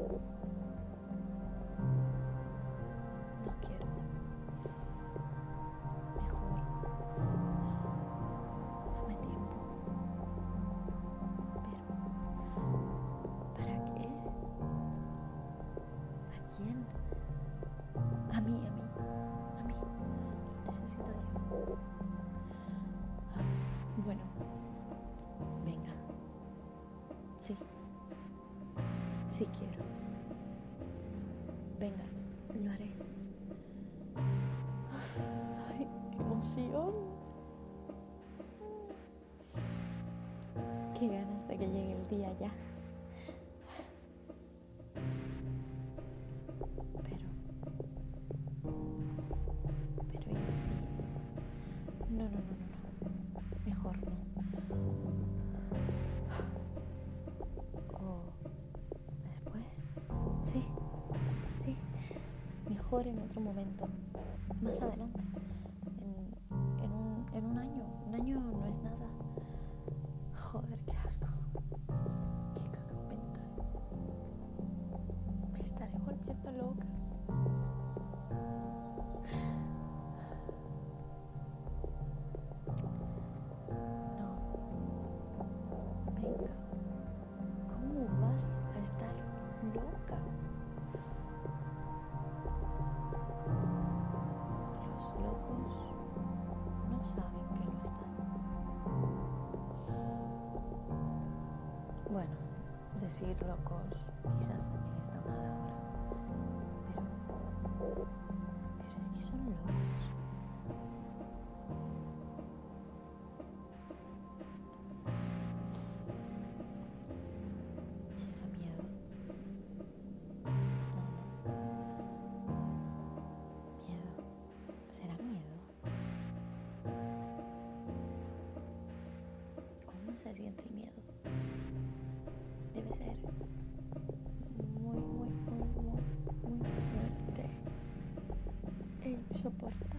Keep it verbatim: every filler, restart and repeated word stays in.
No quiero. Mejor. Dame tiempo. Pero, ¿para qué? ¿A quién? A mí, a mí. A mí. Necesito yo. Bueno. Venga. Sí. Sí quiero. Venga, lo haré. Ay, qué emoción. Qué ganas de que llegue el día ya. Pero, pero ¿y si? No, no, no, no, no. Mejor no. O después. Sí, sí. Mejor en otro momento. Más adelante. En, en, un, en un año. Un año no es nada. Joder, qué asco. Qué caca mental. Me estaré volviendo loca. No. Venga. ¿Cómo vas a estar loca? Los locos no saben que lo están. Bueno, decir locos quizás también está mal ahora, pero, pero es que son locos. ¿Será miedo? No, no. Miedo. ¿Será miedo? ¿Cómo se siente el miedo? Debe ser muy, muy, muy, muy, muy fuerte e insoportable.